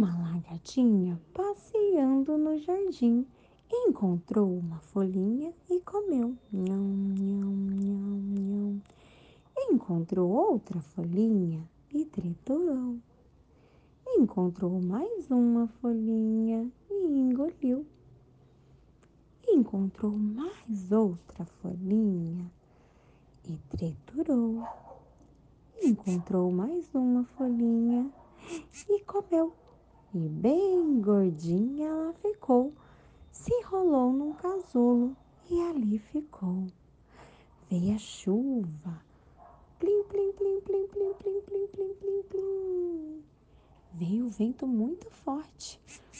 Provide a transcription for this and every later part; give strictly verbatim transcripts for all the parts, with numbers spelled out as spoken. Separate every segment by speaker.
Speaker 1: Uma lagartinha passeando no jardim encontrou uma folhinha e comeu. Nham, nham, nham, nham. Encontrou outra folhinha e triturou. Encontrou mais uma folhinha e engoliu. Encontrou mais outra folhinha e triturou. Encontrou mais uma folhinha e comeu. E bem gordinha ela ficou, se enrolou num casulo e ali ficou. Veio a chuva, plim, plim, plim, plim, plim, plim, plim, plim, plim, plim. Veio o vento muito forte.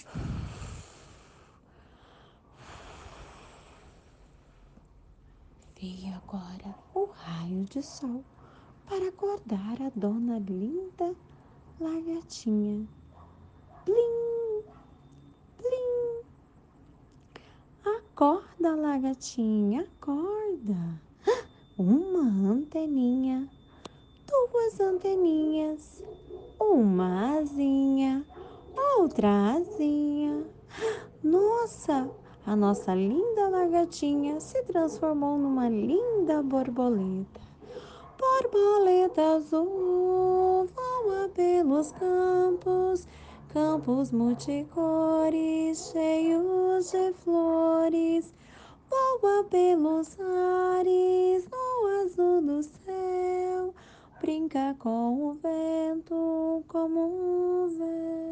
Speaker 1: Veio agora o raio de sol para acordar a dona linda lagartinha. Plim, plim. Acorda, lagartinha, acorda. Uma anteninha, duas anteninhas, uma asinha, outra asinha. Nossa, a nossa linda lagartinha se transformou numa linda borboleta. Borboleta azul voa pelos campos, campos multicores, cheios de flores. Voa pelos ares, no azul do céu, brinca com o vento como um véu.